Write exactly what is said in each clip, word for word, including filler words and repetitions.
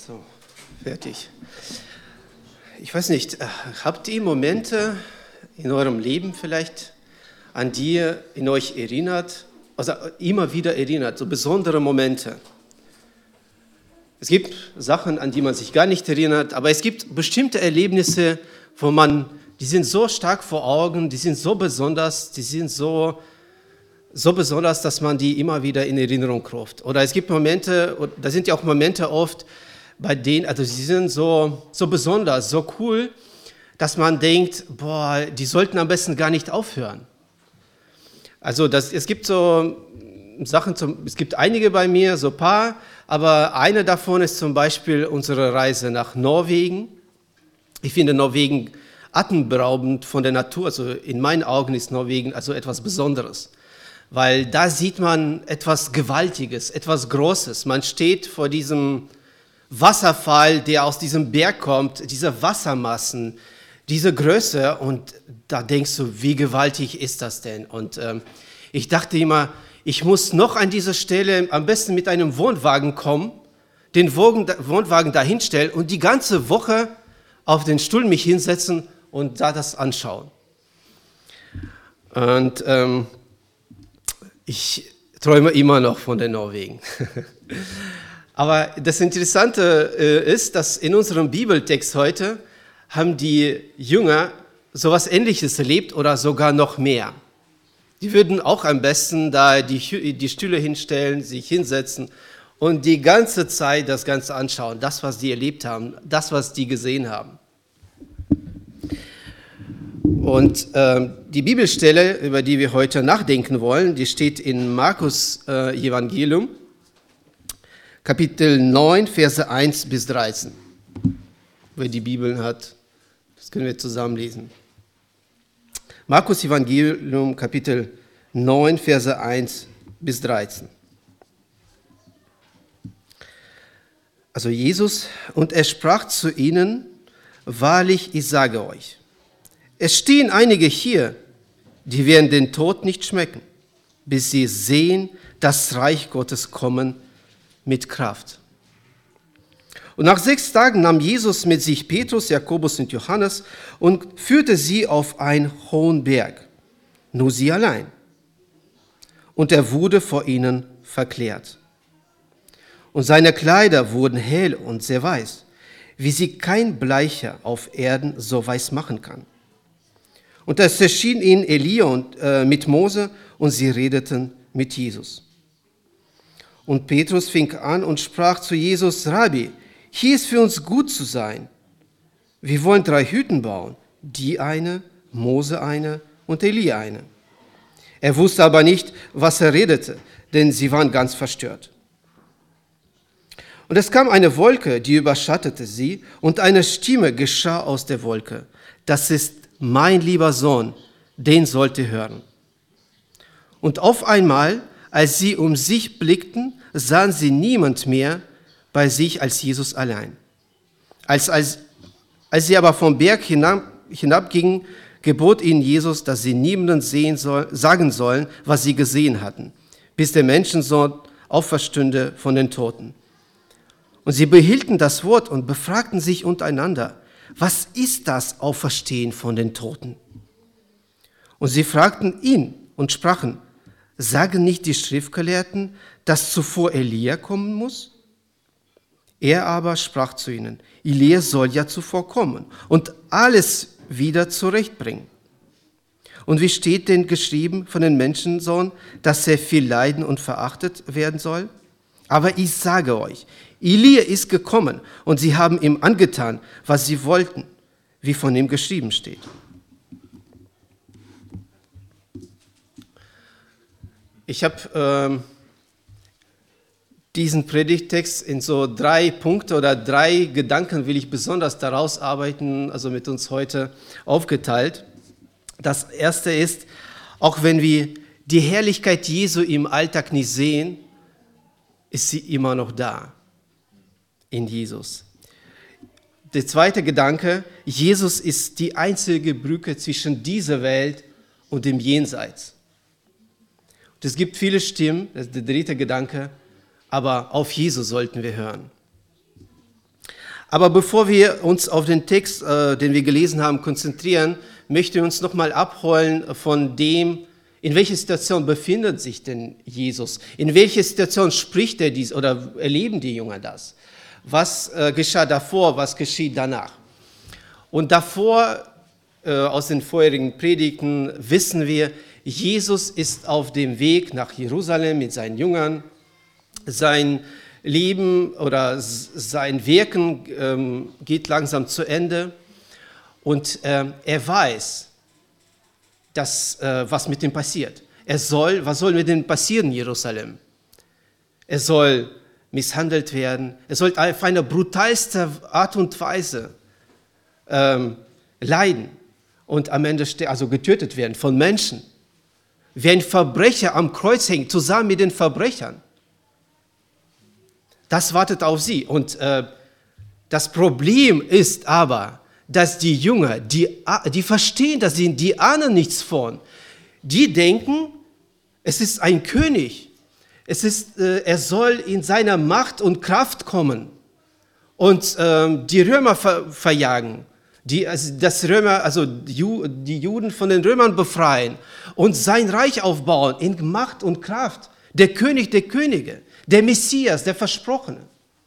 So, fertig. Ich weiß nicht, habt ihr Momente in eurem Leben vielleicht, an die ihr in euch erinnert, also immer wieder erinnert, so besondere Momente? Es gibt Sachen, an die man sich gar nicht erinnert, aber es gibt bestimmte Erlebnisse, wo man, die sind so stark vor Augen, die sind so besonders, die sind so, so besonders, dass man die immer wieder in Erinnerung ruft. Oder es gibt Momente, da sind ja auch Momente oft, bei denen, also sie sind so, so besonders, so cool, dass man denkt, boah, die sollten am besten gar nicht aufhören. Also das, es gibt so Sachen, zum, es gibt einige bei mir, so ein paar, aber eine davon ist zum Beispiel unsere Reise nach Norwegen. Ich finde Norwegen atemberaubend von der Natur, also in meinen Augen ist Norwegen also etwas Besonderes, weil da sieht man etwas Gewaltiges, etwas Großes. Man steht vor diesem Wasserfall, der aus diesem Berg kommt, diese Wassermassen, diese Größe, und da denkst du, wie gewaltig ist das denn? Und ähm, ich dachte immer, ich muss noch an dieser Stelle am besten mit einem Wohnwagen kommen, den Wohnwagen dahinstellen und die ganze Woche auf den Stuhl mich hinsetzen und da das anschauen. Und ähm, ich träume immer noch von den Norwegen. Aber das Interessante äh, ist, dass in unserem Bibeltext heute haben die Jünger sowas Ähnliches erlebt oder sogar noch mehr. Die würden auch am besten da die, die Stühle hinstellen, sich hinsetzen und die ganze Zeit das Ganze anschauen, das, was die erlebt haben, das, was die gesehen haben. Und ähm, die Bibelstelle, über die wir heute nachdenken wollen, die steht in Markus äh, Evangelium, Kapitel neun, Verse eins bis dreizehn. Wer die Bibeln hat, das können wir zusammen lesen. Markus Evangelium, Kapitel neun, Verse eins bis dreizehn. Also Jesus, und er sprach zu ihnen, wahrlich, ich sage euch, es stehen einige hier, die werden den Tod nicht schmecken, bis sie sehen, das Reich Gottes kommen mit Kraft. Und nach sechs Tagen nahm Jesus mit sich Petrus, Jakobus und Johannes und führte sie auf einen hohen Berg, nur sie allein. Und er wurde vor ihnen verklärt. Und seine Kleider wurden hell und sehr weiß, wie sie kein Bleicher auf Erden so weiß machen kann. Und es erschien ihnen Elia und, äh, mit Mose, und sie redeten mit Jesus. Und Petrus fing an und sprach zu Jesus, Rabbi, hier ist für uns gut zu sein. Wir wollen drei Hütten bauen, die eine, Mose eine und Elia eine. Er wusste aber nicht, was er redete, denn sie waren ganz verstört. Und es kam eine Wolke, die überschattete sie, und eine Stimme geschah aus der Wolke. Das ist mein lieber Sohn, den sollt ihr hören. Und auf einmal, als sie um sich blickten, sahen sie niemand mehr bei sich als Jesus allein. Als, als, als sie aber vom Berg hinab, hinabgingen, gebot ihnen Jesus, dass sie niemandem sehen soll, sagen sollen, was sie gesehen hatten, bis der Menschensohn auferstünde von den Toten. Und sie behielten das Wort und befragten sich untereinander, was ist das Auferstehen von den Toten? Und sie fragten ihn und sprachen, sagen nicht die Schriftgelehrten, dass zuvor Elia kommen muss? Er aber sprach zu ihnen, Elia soll ja zuvor kommen und alles wieder zurechtbringen. Und wie steht denn geschrieben von den Menschensohn, dass er viel leiden und verachtet werden soll? Aber ich sage euch, Elia ist gekommen und sie haben ihm angetan, was sie wollten, wie von ihm geschrieben steht. Ich habe ähm, diesen Predigttext in so drei Punkte oder drei Gedanken will ich besonders daraus arbeiten, also mit uns heute aufgeteilt. Das erste ist, auch wenn wir die Herrlichkeit Jesu im Alltag nicht sehen, ist sie immer noch da in Jesus. Der zweite Gedanke, Jesus ist die einzige Brücke zwischen dieser Welt und dem Jenseits. Und es gibt viele Stimmen, das ist der dritte Gedanke, aber auf Jesus sollten wir hören. Aber bevor wir uns auf den Text, äh, den wir gelesen haben, konzentrieren, möchte ich uns nochmal abholen von dem, in welcher Situation befindet sich denn Jesus? In welcher Situation spricht er dies oder erleben die Jünger das? Was äh, geschah davor, was geschieht danach? Und davor, äh, aus den vorherigen Predigten, wissen wir, Jesus ist auf dem Weg nach Jerusalem mit seinen Jüngern. Sein Leben oder sein Wirken ähm, geht langsam zu Ende. Und äh, er weiß, dass, äh, was mit ihm passiert. Er soll, was soll mit ihm passieren in Jerusalem? Er soll misshandelt werden. Er soll auf eine brutalste Art und Weise ähm, leiden und am Ende also getötet werden von Menschen. Wie ein Verbrecher am Kreuz hängt, zusammen mit den Verbrechern. Das wartet auf sie. Und äh, das Problem ist aber, dass die Jünger, die, die verstehen, dass sie, die ahnen nichts von. Die denken, es ist ein König. Es ist, äh, er soll in seiner Macht und Kraft kommen und äh, die Römer ver, verjagen. Die, also das Römer, also die Juden von den Römern befreien und sein Reich aufbauen in Macht und Kraft. Der König der Könige, der Messias, der Versprochene.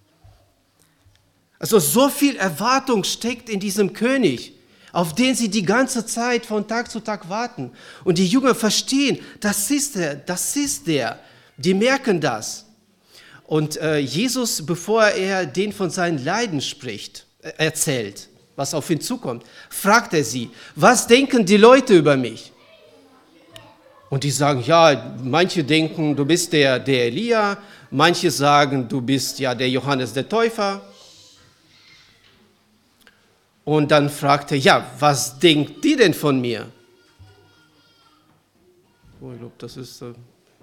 Also so viel Erwartung steckt in diesem König, auf den sie die ganze Zeit von Tag zu Tag warten. Und die Jünger verstehen, das ist er, das ist der. Die merken das. Und äh, Jesus, bevor er den von seinen Leiden spricht, äh, erzählt, was auf ihn zukommt, fragt er sie, was denken die Leute über mich? Und die sagen, ja, manche denken, du bist der, der Elia, manche sagen, du bist ja der Johannes der Täufer. Und dann fragt er, ja, was denkt die denn von mir? Oh, ich glaube, das ist... Äh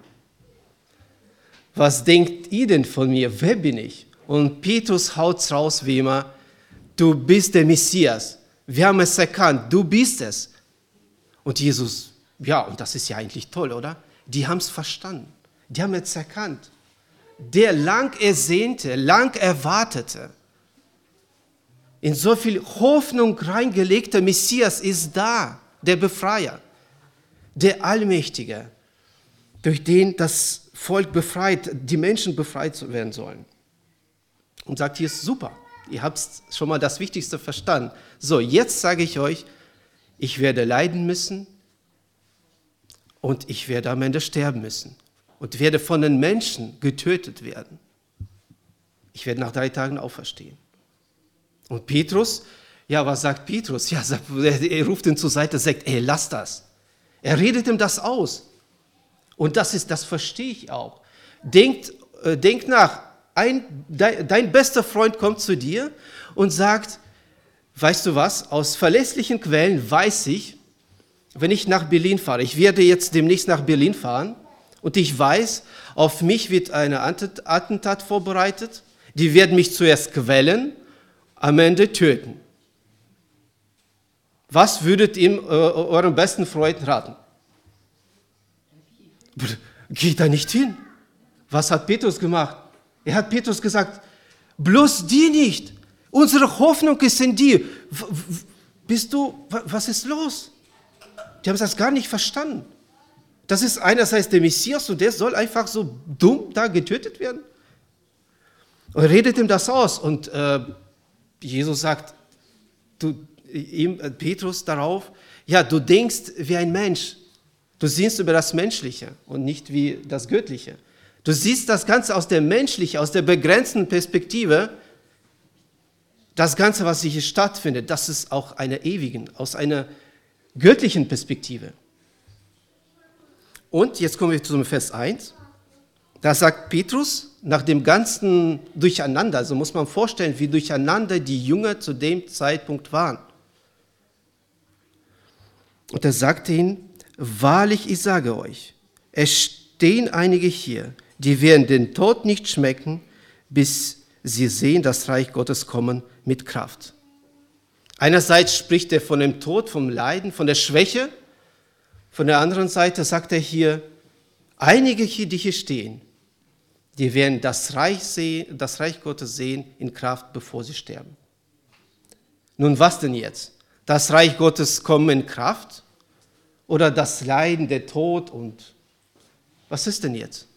was denkt ihr denn von mir? Wer bin ich? Und Petrus haut raus wie immer, du bist der Messias. Wir haben es erkannt, du bist es. Und Jesus, ja, und das ist ja eigentlich toll, oder? Die haben es verstanden. Die haben es erkannt. Der lang ersehnte, lang erwartete, in so viel Hoffnung reingelegte Messias ist da, der Befreier, der Allmächtige, durch den das Volk befreit, die Menschen befreit werden sollen. Und sagt, hier ist super, ihr habt schon mal das Wichtigste verstanden. So, jetzt sage ich euch, ich werde leiden müssen und ich werde am Ende sterben müssen und werde von den Menschen getötet werden. Ich werde nach drei Tagen auferstehen. Und Petrus, ja, was sagt Petrus? Ja, er ruft ihn zur Seite und sagt, ey, lass das. Er redet ihm das aus. Und das ist, das verstehe ich auch. Denkt, äh, denk nach, ein, dein, dein bester Freund kommt zu dir und sagt, weißt du was, aus verlässlichen Quellen weiß ich, wenn ich nach Berlin fahre, ich werde jetzt demnächst nach Berlin fahren und ich weiß, auf mich wird ein Attentat vorbereitet, die werden mich zuerst quälen, am Ende töten. Was würdet ihr äh, eurem besten Freund raten? Geht da nicht hin. Was hat Petrus gemacht? Er hat Petrus gesagt, bloß die nicht. Unsere Hoffnung ist in dir. Bist du, was ist los? Die haben das gar nicht verstanden. Das ist einerseits der Messias und der soll einfach so dumm da getötet werden. Und er redet ihm das aus. Und äh, Jesus sagt, du, ihm, Petrus darauf, ja, du denkst wie ein Mensch. Du siehst über das Menschliche und nicht wie das Göttliche. Du siehst das Ganze aus der menschlichen, aus der begrenzten Perspektive. Das Ganze, was hier stattfindet, das ist auch einer ewigen, aus einer göttlichen Perspektive. Und jetzt kommen wir zum Vers eins. Da sagt Petrus, nach dem ganzen Durcheinander, also muss man vorstellen, wie durcheinander die Jünger zu dem Zeitpunkt waren. Und er sagte ihnen, wahrlich, ich sage euch, es stehen einige hier, die werden den Tod nicht schmecken, bis sie sehen das Reich Gottes kommen mit Kraft. Einerseits spricht er von dem Tod, vom Leiden, von der Schwäche. Von der anderen Seite sagt er hier, einige hier, die hier stehen, die werden das Reich sehen, das Reich Gottes sehen in Kraft, bevor sie sterben. Nun, was denn jetzt? Das Reich Gottes kommen in Kraft? Oder das Leiden, der Tod und was ist denn jetzt?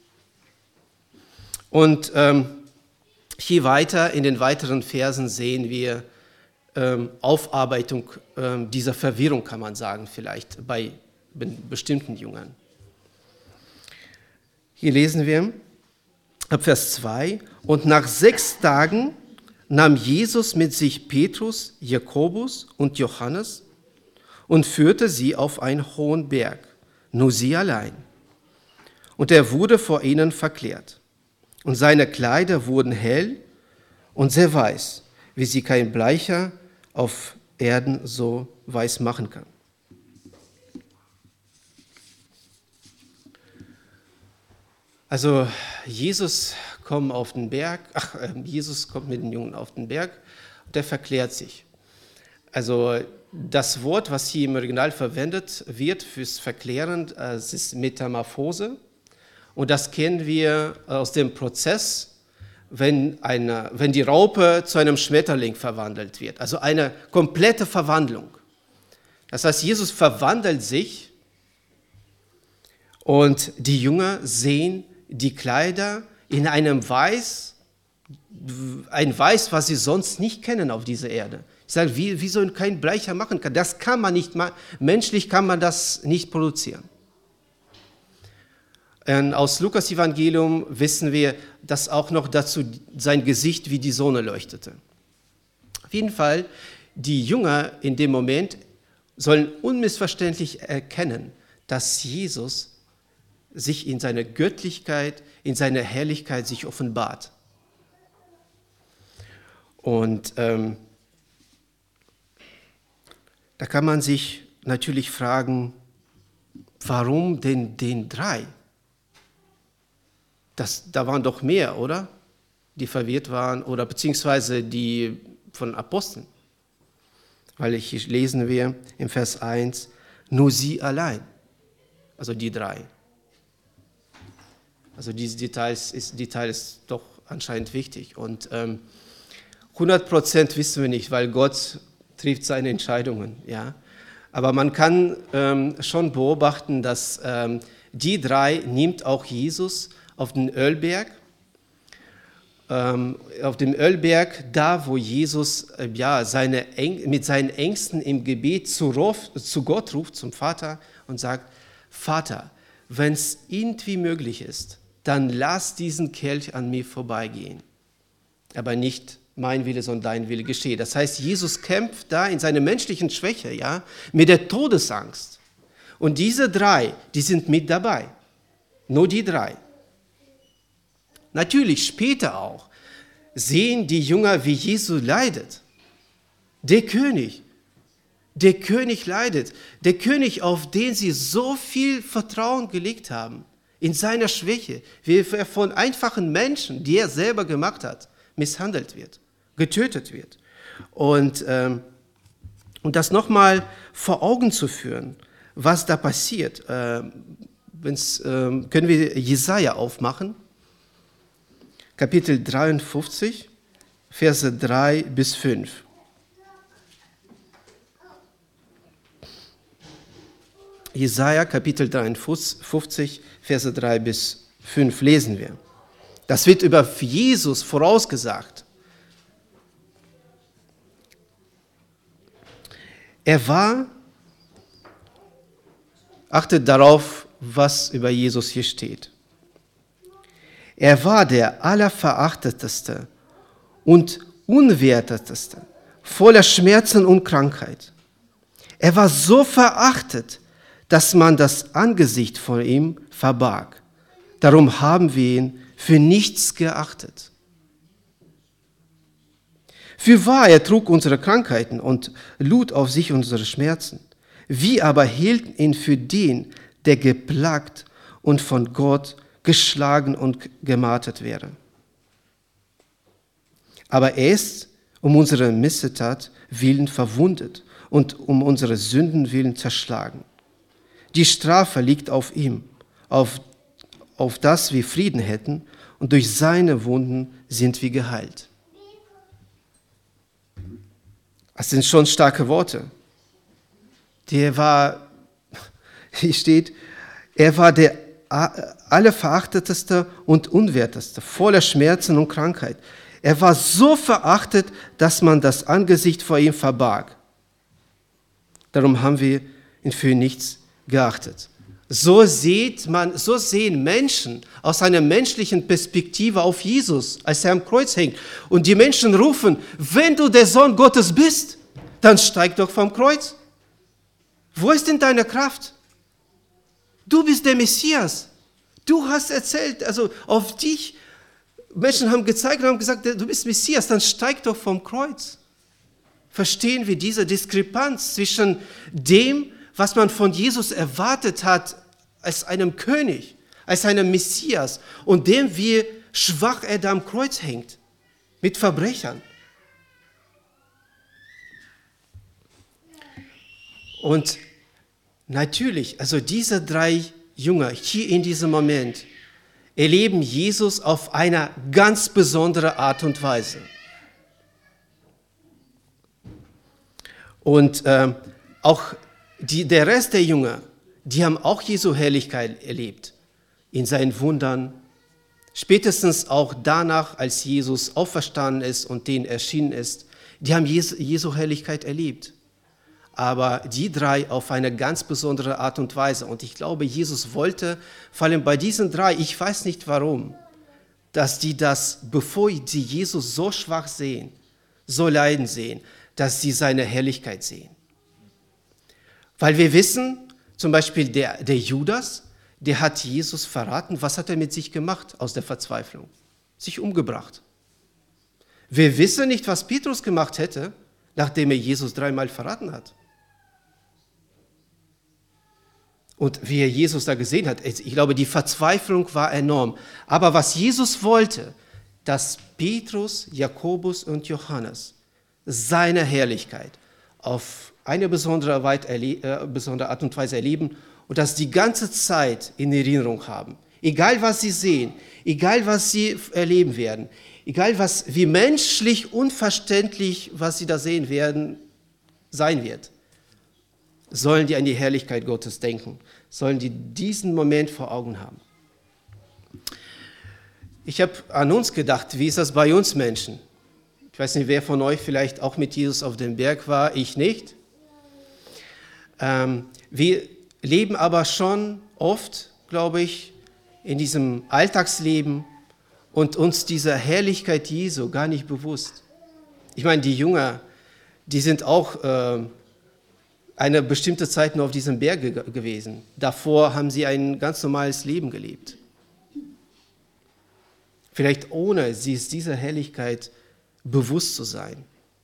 Und ähm, hier weiter, in den weiteren Versen sehen wir ähm, Aufarbeitung ähm, dieser Verwirrung, kann man sagen, vielleicht bei bestimmten Jüngern. Hier lesen wir ab Vers zwei, und nach sechs Tagen nahm Jesus mit sich Petrus, Jakobus und Johannes und führte sie auf einen hohen Berg, nur sie allein. Und er wurde vor ihnen verklärt. Und seine Kleider wurden hell und sehr weiß, wie sie kein Bleicher auf Erden so weiß machen kann. Also Jesus kommt auf den Berg, ach, Jesus kommt mit den Jungen auf den Berg und der verklärt sich. Also das Wort, was hier im Original verwendet wird fürs Verklären, es ist Metamorphose. Und das kennen wir aus dem Prozess, wenn, eine, wenn die Raupe zu einem Schmetterling verwandelt wird. Also eine komplette Verwandlung. Das heißt, Jesus verwandelt sich und die Jünger sehen die Kleider in einem Weiß, ein Weiß, was sie sonst nicht kennen auf dieser Erde. Ich sage, wie, wie so kein Bleicher machen kann. Das kann man nicht, menschlich kann man das nicht produzieren. Und aus Lukas Evangelium wissen wir, dass auch noch dazu sein Gesicht wie die Sonne leuchtete. Auf jeden Fall, die Jünger in dem Moment sollen unmissverständlich erkennen, dass Jesus sich in seiner Göttlichkeit, in seiner Herrlichkeit sich offenbart. Und ähm, da kann man sich natürlich fragen, warum denn den drei? Das, da waren doch mehr, oder? Die verwirrt waren oder beziehungsweise die von Aposteln. Weil hier lesen wir im Vers eins, nur sie allein, also die drei. Also diese Details ist, Detail ist doch anscheinend wichtig. Und ähm, hundert Prozent wissen wir nicht, weil Gott trifft seine Entscheidungen. Ja? Aber man kann ähm, schon beobachten, dass ähm, die drei nimmt auch Jesus auf den Ölberg. Ähm, auf dem Ölberg, da wo Jesus äh, ja, seine Eng- mit seinen Ängsten im Gebet zu, Ruf, zu Gott ruft, zum Vater und sagt, Vater, wenn es irgendwie möglich ist, dann lass diesen Kelch an mir vorbeigehen. Aber nicht mein Wille, sondern dein Wille geschehe. Das heißt, Jesus kämpft da in seiner menschlichen Schwäche, ja, mit der Todesangst. Und diese drei, die sind mit dabei. Nur die drei. Natürlich später auch sehen die Jünger, wie Jesus leidet. Der König, der König leidet. Der König, auf den sie so viel Vertrauen gelegt haben, in seiner Schwäche, wie er von einfachen Menschen, die er selber gemacht hat, misshandelt wird, getötet wird. Und, ähm, und das nochmal vor Augen zu führen, was da passiert, äh, wenn's, äh, können wir Jesaja aufmachen, Kapitel dreiundfünfzig, Verse drei bis fünf. Jesaja, Kapitel dreiundfünfzig, Verse drei bis fünf lesen wir. Das wird über Jesus vorausgesagt. Er war, achtet darauf, was über Jesus hier steht. Er war der allerverachteteste und unwerteteste, voller Schmerzen und Krankheit. Er war so verachtet, dass man das Angesicht vor ihm verbarg. Darum haben wir ihn für nichts geachtet. Fürwahr, er trug unsere Krankheiten und lud auf sich unsere Schmerzen. Wir aber hielten ihn für den, der geplagt und von Gott geschlagen und gemartert wäre. Aber er ist um unsere Missetat willen verwundet und um unsere Sünden willen zerschlagen. Die Strafe liegt auf ihm, auf, auf das wir Frieden hätten, und durch seine Wunden sind wir geheilt. Das sind schon starke Worte. Der war, hier steht, er war der allerverachteteste und unwerteste, voller Schmerzen und Krankheit. Er war so verachtet, dass man das Angesicht vor ihm verbarg. Darum haben wir ihn für nichts geachtet. So sieht man, so sehen Menschen aus einer menschlichen Perspektive auf Jesus, als er am Kreuz hängt. Und die Menschen rufen, wenn du der Sohn Gottes bist, dann steig doch vom Kreuz. Wo ist denn deine Kraft? Du bist der Messias. Du hast erzählt, also auf dich, Menschen haben gezeigt und haben gesagt, du bist Messias, dann steig doch vom Kreuz. Verstehen wir diese Diskrepanz zwischen dem, was man von Jesus erwartet hat, als einem König, als einem Messias, und dem, wie schwach er da am Kreuz hängt, mit Verbrechern. Und natürlich, also diese drei Jünger hier in diesem Moment erleben Jesus auf eine ganz besondere Art und Weise. Und äh, auch die, der Rest der Jünger, die haben auch Jesu Herrlichkeit erlebt, in seinen Wundern, spätestens auch danach, als Jesus auferstanden ist und denen erschienen ist, die haben Jesu, Jesu Herrlichkeit erlebt. Aber die drei auf eine ganz besondere Art und Weise. Und ich glaube, Jesus wollte, vor allem bei diesen drei, ich weiß nicht warum, dass die das, bevor sie Jesus so schwach sehen, so leiden sehen, dass sie seine Herrlichkeit sehen. Weil wir wissen, zum Beispiel der, der Judas, der hat Jesus verraten. Was hat er mit sich gemacht aus der Verzweiflung? Sich umgebracht. Wir wissen nicht, was Petrus gemacht hätte, nachdem er Jesus dreimal verraten hat. Und wie er Jesus da gesehen hat, ich glaube, die Verzweiflung war enorm. Aber was Jesus wollte, dass Petrus, Jakobus und Johannes seine Herrlichkeit auf eine besondere Art und Weise erleben und das die ganze Zeit in Erinnerung haben. Egal, was sie sehen, egal, was sie erleben werden, egal, was, wie menschlich unverständlich, was sie da sehen werden, sein wird, sollen die an die Herrlichkeit Gottes denken, sollen die diesen Moment vor Augen haben. Ich habe an uns gedacht, wie ist das bei uns Menschen? Ich weiß nicht, wer von euch vielleicht auch mit Jesus auf dem Berg war, ich nicht. Ähm, wir leben aber schon oft, glaube ich, in diesem Alltagsleben und uns dieser Herrlichkeit Jesu gar nicht bewusst. Ich meine, die Jünger, die sind auch äh, eine bestimmte Zeit nur auf diesem Berg ge- gewesen. Davor haben sie ein ganz normales Leben gelebt. Vielleicht ohne sie ist dieser Herrlichkeit bewusst zu sein.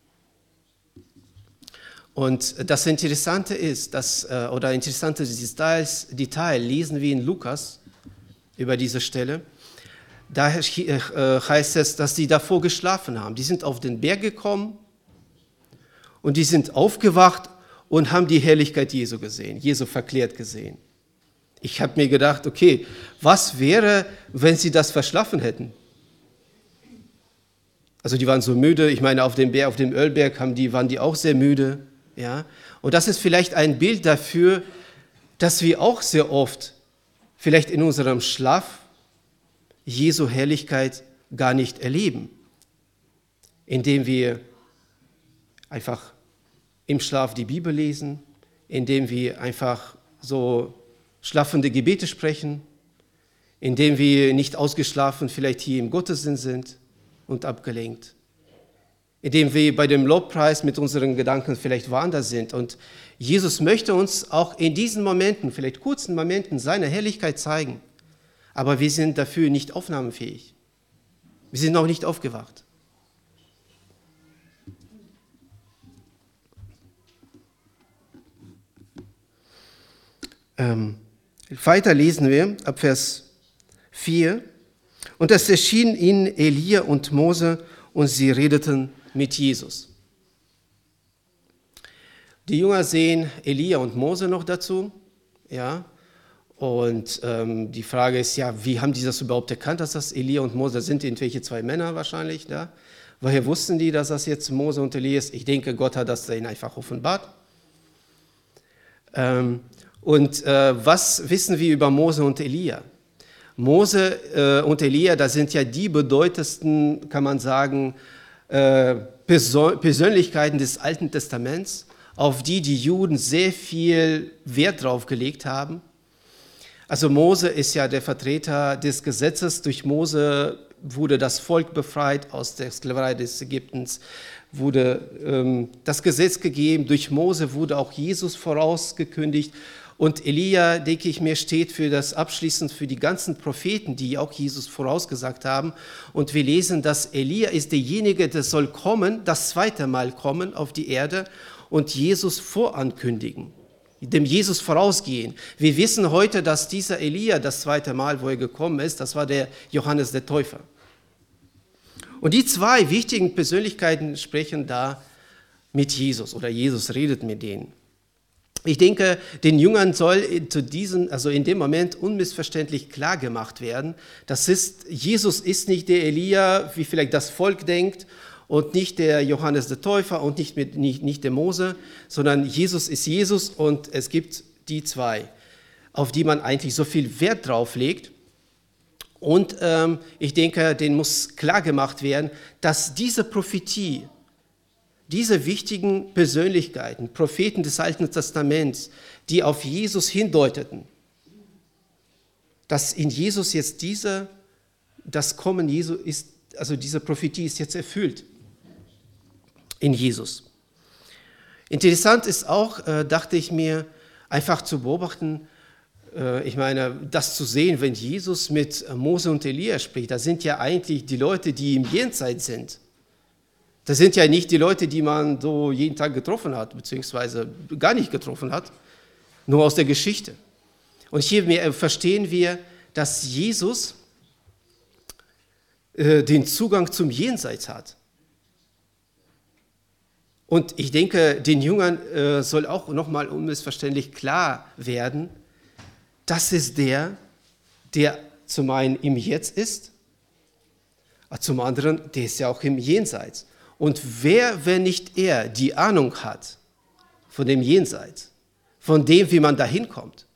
Und das Interessante ist, dass, oder interessante Details, Detail lesen wir in Lukas über diese Stelle. Da heißt es, dass sie davor geschlafen haben. Die sind auf den Berg gekommen und die sind aufgewacht und haben die Herrlichkeit Jesu gesehen, Jesu verklärt gesehen. Ich habe mir gedacht, okay, was wäre, wenn sie das verschlafen hätten? Also die waren so müde, ich meine, auf dem Berg, auf dem Ölberg haben die, waren die auch sehr müde. Ja? Und das ist vielleicht ein Bild dafür, dass wir auch sehr oft, vielleicht in unserem Schlaf, Jesu Herrlichkeit gar nicht erleben, indem wir einfach im Schlaf die Bibel lesen, indem wir einfach so schlafende Gebete sprechen, indem wir nicht ausgeschlafen vielleicht hier im Gottesdienst sind und abgelenkt, indem wir bei dem Lobpreis mit unseren Gedanken vielleicht woanders sind. Und Jesus möchte uns auch in diesen Momenten, vielleicht kurzen Momenten, seine Herrlichkeit zeigen. Aber wir sind dafür nicht aufnahmefähig. Wir sind noch nicht aufgewacht. Ähm, weiter lesen wir ab Vers vier. Und es erschien ihnen Elia und Mose und sie redeten mit Jesus. Die Jünger sehen Elia und Mose noch dazu, ja. Und ähm, die Frage ist ja, wie haben die das überhaupt erkannt, dass das Elia und Mose sind? Irgendwelche zwei Männer wahrscheinlich, ja? Woher wussten die, dass das jetzt Mose und Elia ist? Ich denke, Gott hat das ihnen einfach offenbart. Ähm, und äh, was wissen wir über Mose und Elia? Mose äh, und Elia, das sind ja die bedeutendsten, kann man sagen, äh, Perso- Persönlichkeiten des Alten Testaments, auf die die Juden sehr viel Wert drauf gelegt haben. Also Mose ist ja der Vertreter des Gesetzes. Durch Mose wurde das Volk befreit aus der Sklaverei des Ägyptens, wurde ähm, das Gesetz gegeben. Durch Mose wurde auch Jesus vorausgekündigt. Und Elia, denke ich mir, steht für das abschließend für die ganzen Propheten, die auch Jesus vorausgesagt haben. Und wir lesen, dass Elia ist derjenige, der soll kommen, das zweite Mal kommen auf die Erde und Jesus vorankündigen, dem Jesus vorausgehen. Wir wissen heute, dass dieser Elia, das zweite Mal, wo er gekommen ist, das war der Johannes der Täufer. Und die zwei wichtigen Persönlichkeiten sprechen da mit Jesus oder Jesus redet mit denen. Ich denke, den Jüngern soll zu diesen, also in dem Moment unmissverständlich klar gemacht werden, das ist, Jesus ist nicht der Elia, wie vielleicht das Volk denkt, und nicht der Johannes der Täufer und nicht, mit, nicht, nicht der Mose, sondern Jesus ist Jesus und es gibt die zwei, auf die man eigentlich so viel Wert drauf legt. Und ähm, ich denke, denen muss klar gemacht werden, dass diese Prophetie, diese wichtigen Persönlichkeiten, Propheten des Alten Testaments, die auf Jesus hindeuteten, dass in Jesus jetzt diese, das Kommen Jesu ist, also diese Prophetie ist jetzt erfüllt in Jesus. Interessant ist auch, äh, dachte ich mir, einfach zu beobachten, äh, ich meine, das zu sehen, wenn Jesus mit Mose und Elia spricht, das sind ja eigentlich die Leute, die im Jenseits sind. Das sind ja nicht die Leute, die man so jeden Tag getroffen hat, beziehungsweise gar nicht getroffen hat, nur aus der Geschichte. Und hier verstehen wir, dass Jesus äh, den Zugang zum Jenseits hat. Und ich denke, den Jüngern äh, soll auch nochmal unmissverständlich klar werden, das ist der, der zum einen im Jetzt ist, aber zum anderen, der ist ja auch im Jenseits. Und wer, wenn nicht er, die Ahnung hat von dem Jenseits, von dem, wie man da hinkommt.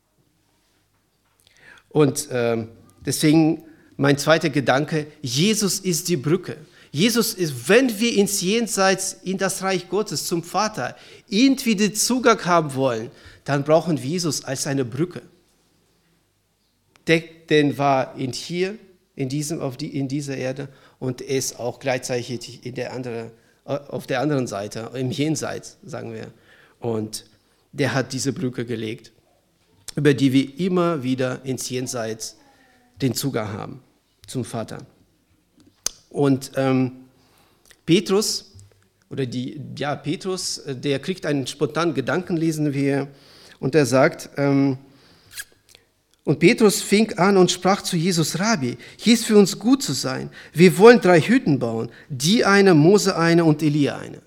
Und ähm, deswegen mein zweiter Gedanke, Jesus ist die Brücke. Jesus ist, wenn wir ins Jenseits, in das Reich Gottes, zum Vater, irgendwie den Zugang haben wollen, dann brauchen wir Jesus als eine Brücke. Der, denn war in hier, in, diesem, auf die, in dieser Erde und er ist auch gleichzeitig in der andere, auf der anderen Seite, im Jenseits, sagen wir. Und der hat diese Brücke gelegt, über die wir immer wieder ins Jenseits den Zugang haben zum Vater. Und ähm, Petrus, oder die, ja, Petrus, der kriegt einen spontanen Gedanken, lesen wir, und er sagt, ähm, und Petrus fing an und sprach zu Jesus, Rabbi, hier ist für uns gut zu sein. Wir wollen drei Hütten bauen, die eine, Mose eine und Elia eine.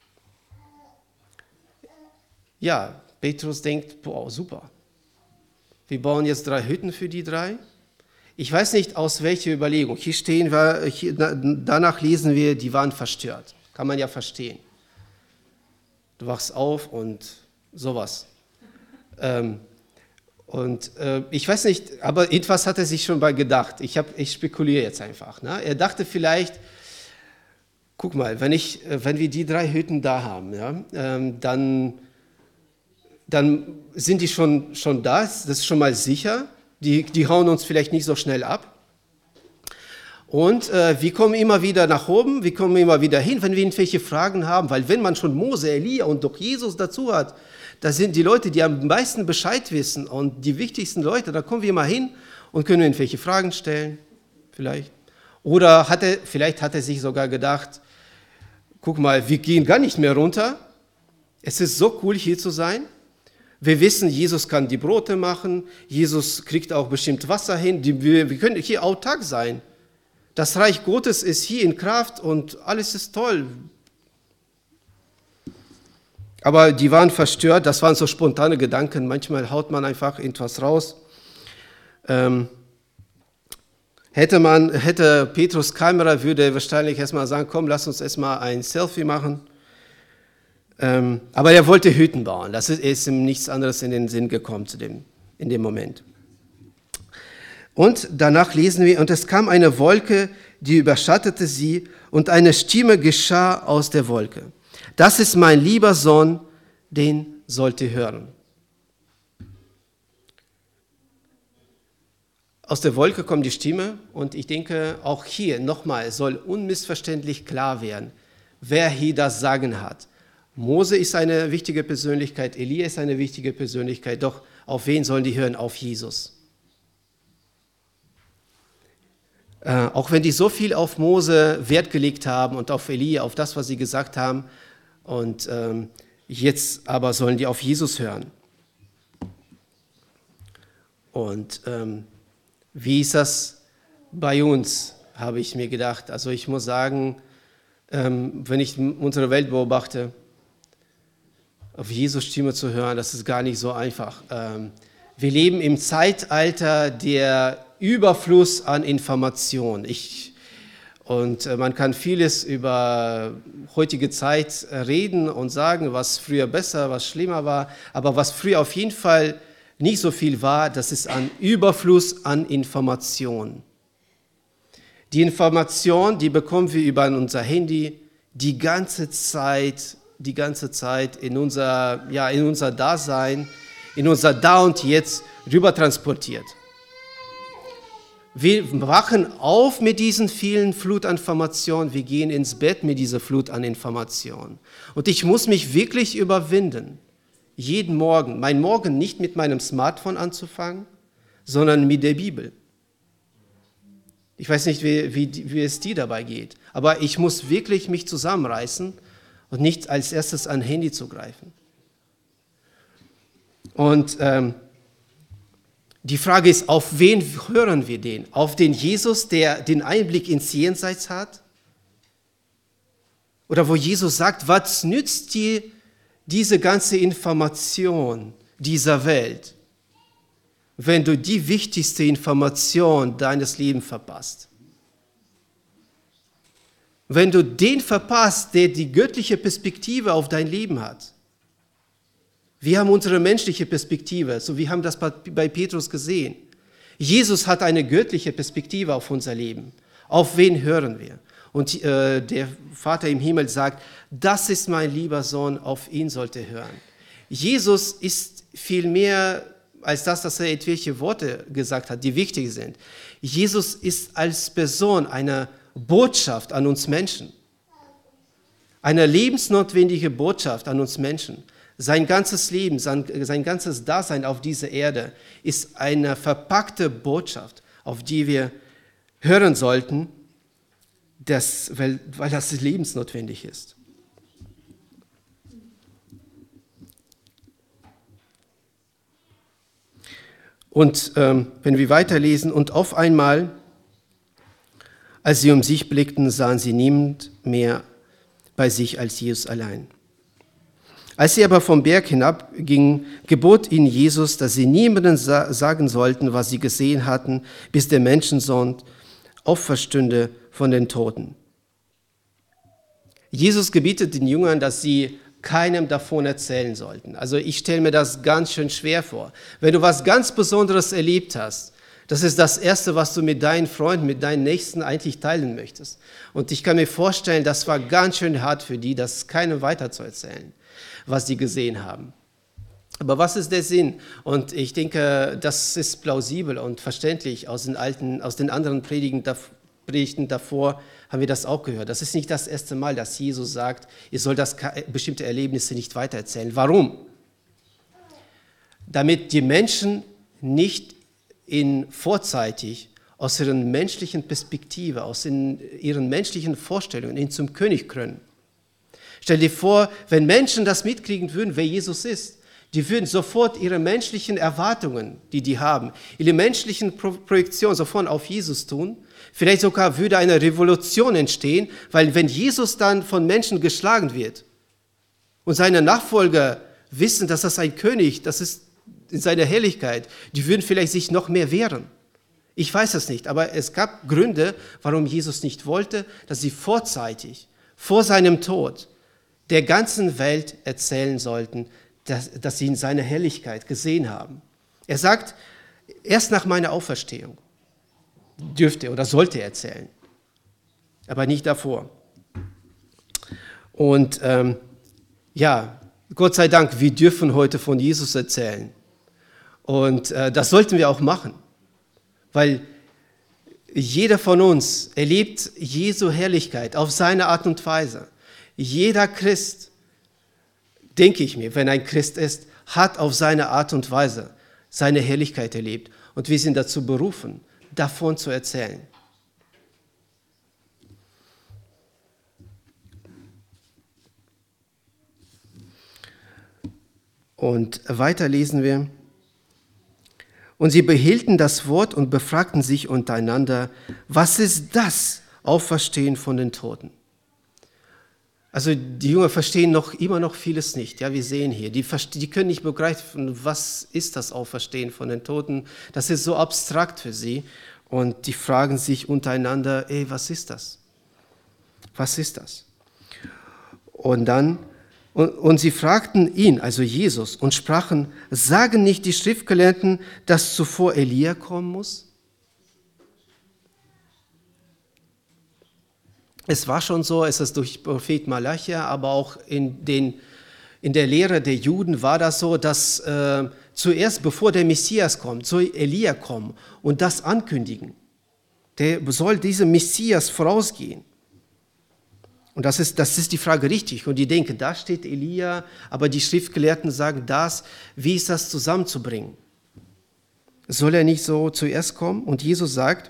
Ja, Petrus denkt, boah, super. Wir bauen jetzt drei Hütten für die drei. Ich weiß nicht, aus welcher Überlegung. Hier stehen wir, hier, danach lesen wir, die waren verstört. Kann man ja verstehen. Du wachst auf und sowas. Ähm, Und äh, ich weiß nicht, aber etwas hat er sich schon mal gedacht. Ich, hab, ich spekuliere jetzt einfach. Ne? Er dachte vielleicht, guck mal, wenn, ich, wenn wir die drei Hütten da haben, ja, ähm, dann, dann sind die schon, schon da, das ist schon mal sicher. Die, die hauen uns vielleicht nicht so schnell ab. Und äh, wir kommen immer wieder nach oben, wir kommen immer wieder hin, wenn wir irgendwelche Fragen haben. Weil wenn man schon Mose, Elia und doch Jesus dazu hat, das sind die Leute, die am meisten Bescheid wissen und die wichtigsten Leute, da kommen wir mal hin und können irgendwelche Fragen stellen, vielleicht. Oder hat er, vielleicht hat er sich sogar gedacht, guck mal, wir gehen gar nicht mehr runter, es ist so cool hier zu sein. Wir wissen, Jesus kann die Brote machen, Jesus kriegt auch bestimmt Wasser hin, wir, wir können hier autark sein. Das Reich Gottes ist hier in Kraft und alles ist toll. Aber die waren verstört, das waren so spontane Gedanken, manchmal haut man einfach etwas raus. Ähm, Hätte man, hätte Petrus Kamera, würde wahrscheinlich erstmal sagen, komm, lass uns erstmal ein Selfie machen. Ähm, aber er wollte Hütten bauen. Das ist, ist ihm nichts anderes in den Sinn gekommen zu dem, in dem Moment. Und danach lesen wir, und es kam eine Wolke, die überschattete sie, und eine Stimme geschah aus der Wolke. Das ist mein lieber Sohn, den sollt ihr hören. Aus der Wolke kommt die Stimme und ich denke, auch hier nochmal soll unmissverständlich klar werden, wer hier das Sagen hat. Mose ist eine wichtige Persönlichkeit, Elia ist eine wichtige Persönlichkeit, doch auf wen sollen die hören? Auf Jesus. Äh, auch wenn die so viel auf Mose Wert gelegt haben und auf Elia, auf das, was sie gesagt haben, und ähm, jetzt aber sollen die auf Jesus hören. Und ähm, wie ist das bei uns, habe ich mir gedacht. Also ich muss sagen, ähm, wenn ich unsere Welt beobachte, auf Jesus Stimme zu hören, das ist gar nicht so einfach. Ähm, wir leben im Zeitalter der Überfluss an Informationen. Ich, und äh, man kann vieles über heutige Zeit reden und sagen, was früher besser, was schlimmer war, aber was früher auf jeden Fall nicht so viel war, das ist ein Überfluss an Informationen. Die Information, die bekommen wir über unser Handy die ganze Zeit, die ganze Zeit in unser, ja, in unser Dasein, in unser Da und Jetzt rüber transportiert. Wir wachen auf mit diesen vielen Flut an Informationen, wir gehen ins Bett mit dieser Flut an Informationen. Und ich muss mich wirklich überwinden, jeden Morgen, mein Morgen nicht mit meinem Smartphone anzufangen, sondern mit der Bibel. Ich weiß nicht, wie, wie, wie es dir dabei geht, aber ich muss wirklich mich zusammenreißen und nicht als erstes an Handy zu greifen. Und ähm, die Frage ist, auf wen hören wir den? Auf den Jesus, der den Einblick ins Jenseits hat? Oder wo Jesus sagt, was nützt dir diese ganze Information dieser Welt, wenn du die wichtigste Information deines Lebens verpasst? Wenn du den verpasst, der die göttliche Perspektive auf dein Leben hat. Wir haben unsere menschliche Perspektive, so wir haben das bei Petrus gesehen. Jesus hat eine göttliche Perspektive auf unser Leben. Auf wen hören wir? Und äh, der Vater im Himmel sagt, das ist mein lieber Sohn, auf ihn sollt ihr hören. Jesus ist viel mehr als das, dass er etwelche Worte gesagt hat, die wichtig sind. Jesus ist als Person eine Botschaft an uns Menschen. Eine lebensnotwendige Botschaft an uns Menschen. Sein ganzes Leben, sein, sein ganzes Dasein auf dieser Erde ist eine verpackte Botschaft, auf die wir hören sollten, das, weil, weil das lebensnotwendig ist. Und ähm, wenn wir weiterlesen, und auf einmal, als sie um sich blickten, sahen sie niemand mehr bei sich als Jesus allein. Als sie aber vom Berg hinabgingen, gebot ihnen Jesus, dass sie niemandem sa- sagen sollten, was sie gesehen hatten, bis der Menschensohn auferstünde von den Toten. Jesus gebietet den Jüngern, dass sie keinem davon erzählen sollten. Also ich stelle mir das ganz schön schwer vor. Wenn du was ganz Besonderes erlebt hast, das ist das Erste, was du mit deinen Freunden, mit deinen Nächsten eigentlich teilen möchtest. Und ich kann mir vorstellen, das war ganz schön hart für die, das keinem weiterzuerzählen, was sie gesehen haben. Aber was ist der Sinn? Und ich denke, das ist plausibel und verständlich. Aus den alten, aus den anderen Predigen, Predigten davor haben wir das auch gehört. Das ist nicht das erste Mal, dass Jesus sagt, ihr sollt das bestimmte Erlebnisse nicht weitererzählen. Warum? Damit die Menschen nicht in vorzeitig aus ihrer menschlichen Perspektive, aus in ihren menschlichen Vorstellungen ihn zum König krönen. Stell dir vor, wenn Menschen das mitkriegen würden, wer Jesus ist, die würden sofort ihre menschlichen Erwartungen, die die haben, ihre menschlichen Pro- Projektionen sofort auf Jesus tun. Vielleicht sogar würde eine Revolution entstehen, weil wenn Jesus dann von Menschen geschlagen wird und seine Nachfolger wissen, dass das ein König, das ist in seiner Herrlichkeit, die würden vielleicht sich noch mehr wehren. Ich weiß es nicht, aber es gab Gründe, warum Jesus nicht wollte, dass sie vorzeitig, vor seinem Tod, der ganzen Welt erzählen sollten, dass, dass sie seine Herrlichkeit gesehen haben. Er sagt, erst nach meiner Auferstehung dürfte oder sollte er erzählen, aber nicht davor. Und ähm, ja, Gott sei Dank, wir dürfen heute von Jesus erzählen. Und äh, das sollten wir auch machen, weil jeder von uns erlebt Jesu Herrlichkeit auf seine Art und Weise. Jeder Christ, denke ich mir, wenn ein Christ ist, hat auf seine Art und Weise seine Herrlichkeit erlebt. Und wir sind dazu berufen, davon zu erzählen. Und weiter lesen wir. Und sie behielten das Wort und befragten sich untereinander, was ist das Auferstehen von den Toten? Also die Jünger verstehen noch immer noch vieles nicht. Ja, wir sehen hier, die, die können nicht begreifen, was ist das Auferstehen von den Toten. Das ist so abstrakt für sie. Und die fragen sich untereinander, ey, was ist das? Was ist das? Und dann Und, und sie fragten ihn, also Jesus, und sprachen, sagen nicht die Schriftgelehrten, dass zuvor Elia kommen muss? Es war schon so, es ist durch Prophet Malachia, aber auch in, den, in der Lehre der Juden war das so, dass äh, zuerst, bevor der Messias kommt, soll Elia kommen und das ankündigen. Der soll diesem Messias vorausgehen. Und das ist, das ist die Frage richtig. Und die denken, da steht Elia, aber die Schriftgelehrten sagen das. Wie ist das zusammenzubringen? Soll er nicht so zuerst kommen? Und Jesus sagt,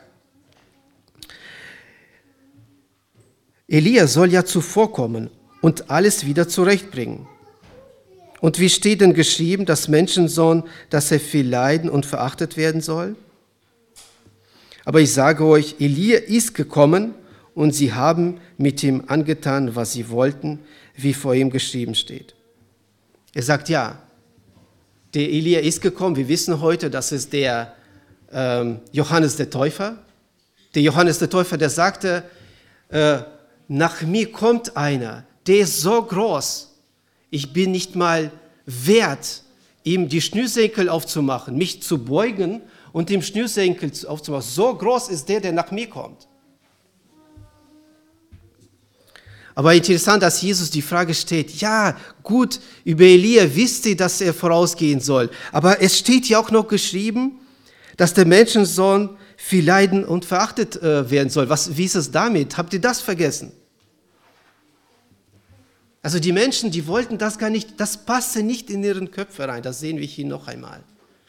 Elia soll ja zuvor kommen und alles wieder zurechtbringen. Und wie steht denn geschrieben, dass Menschensohn, dass er viel leiden und verachtet werden soll? Aber ich sage euch, Elia ist gekommen, und sie haben mit ihm angetan, was sie wollten, wie vor ihm geschrieben steht. Er sagt, ja, der Elia ist gekommen. Wir wissen heute, das ist der ähm, Johannes der Täufer. Der Johannes der Täufer, der sagte, äh, nach mir kommt einer, der ist so groß, ich bin nicht mal wert, ihm die Schnürsenkel aufzumachen, mich zu beugen und ihm Schnürsenkel aufzumachen. So groß ist der, der nach mir kommt. Aber interessant, dass Jesus die Frage stellt, ja, gut, über Elia wisst ihr, dass er vorausgehen soll. Aber es steht ja auch noch geschrieben, dass der Menschensohn viel leiden und verachtet äh, werden soll. Was, wie ist es damit? Habt ihr das vergessen? Also die Menschen, die wollten das gar nicht, das passte nicht in ihren Köpfe rein. Das sehen wir hier noch einmal.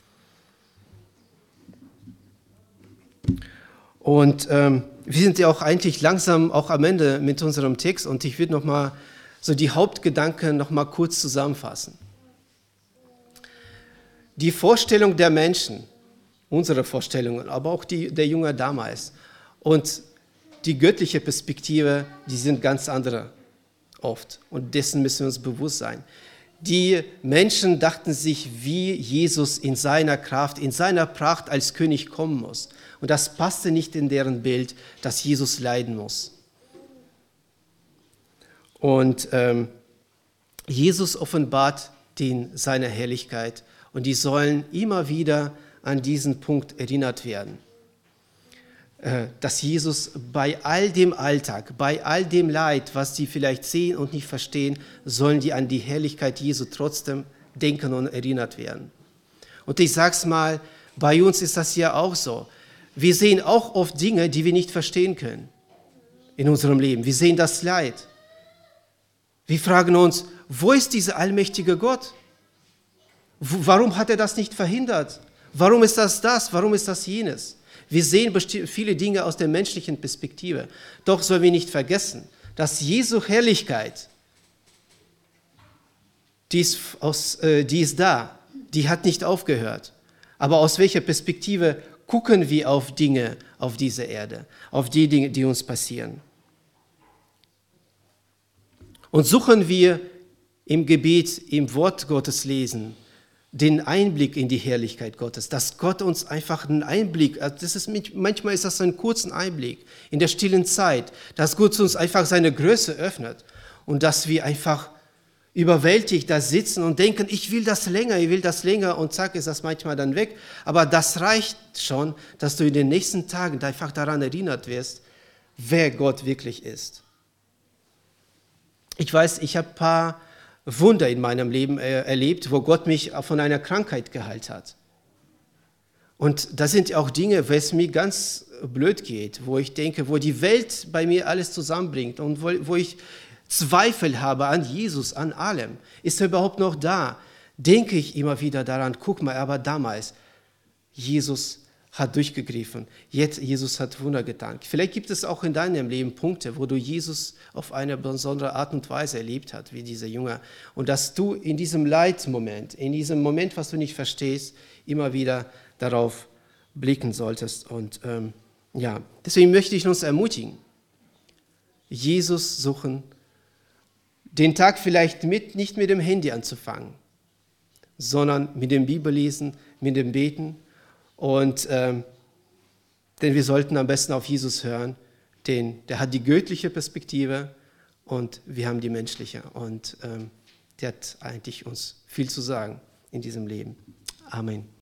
Und ähm, wir sind ja auch eigentlich langsam auch am Ende mit unserem Text und ich würde nochmal so die Hauptgedanken nochmal kurz zusammenfassen. Die Vorstellung der Menschen, unsere Vorstellungen, aber auch die der Jünger damals und die göttliche Perspektive, die sind ganz andere oft und dessen müssen wir uns bewusst sein. Die Menschen dachten sich, wie Jesus in seiner Kraft, in seiner Pracht als König kommen muss. Und das passte nicht in deren Bild, dass Jesus leiden muss. Und ähm, Jesus offenbart den seine Herrlichkeit und die sollen immer wieder an diesen Punkt erinnert werden. Äh, dass Jesus bei all dem Alltag, bei all dem Leid, was sie vielleicht sehen und nicht verstehen, sollen die an die Herrlichkeit Jesu trotzdem denken und erinnert werden. Und ich sage es mal, bei uns ist das ja auch so. Wir sehen auch oft Dinge, die wir nicht verstehen können in unserem Leben. Wir sehen das Leid. Wir fragen uns, wo ist dieser allmächtige Gott? Warum hat er das nicht verhindert? Warum ist das das? Warum ist das jenes? Wir sehen viele Dinge aus der menschlichen Perspektive. Doch sollen wir nicht vergessen, dass Jesu Herrlichkeit, die ist, aus, äh, die ist da, die hat nicht aufgehört. Aber aus welcher Perspektive gucken wir auf Dinge auf dieser Erde, auf die Dinge, die uns passieren? Und suchen wir im Gebet, im Wort Gottes lesen, den Einblick in die Herrlichkeit Gottes, dass Gott uns einfach einen Einblick, das ist, manchmal ist das so ein kurzer Einblick in der stillen Zeit, dass Gott uns einfach seine Größe öffnet und dass wir einfach überwältigt da sitzen und denken, ich will das länger, ich will das länger und zack, ist das manchmal dann weg. Aber das reicht schon, dass du in den nächsten Tagen einfach daran erinnert wirst, wer Gott wirklich ist. Ich weiß, ich habe ein paar Wunder in meinem Leben erlebt, wo Gott mich von einer Krankheit geheilt hat. Und das sind auch Dinge, wo es mir ganz blöd geht, wo ich denke, wo die Welt bei mir alles zusammenbringt und wo, wo ich Zweifel habe an Jesus, an allem. Ist er überhaupt noch da? Denke ich immer wieder daran, guck mal, aber damals, Jesus hat durchgegriffen. Jetzt, Jesus hat Wunder getan. Vielleicht gibt es auch in deinem Leben Punkte, wo du Jesus auf eine besondere Art und Weise erlebt hast, wie dieser Jünger. Und dass du in diesem Leidmoment, in diesem Moment, was du nicht verstehst, immer wieder darauf blicken solltest. Und ähm, ja, deswegen möchte ich uns ermutigen, Jesus suchen, den Tag vielleicht mit, nicht mit dem Handy anzufangen, sondern mit dem Bibellesen, mit dem Beten. Und ähm, denn wir sollten am besten auf Jesus hören, denn der hat die göttliche Perspektive und wir haben die menschliche. Und ähm, der hat eigentlich uns viel zu sagen in diesem Leben. Amen.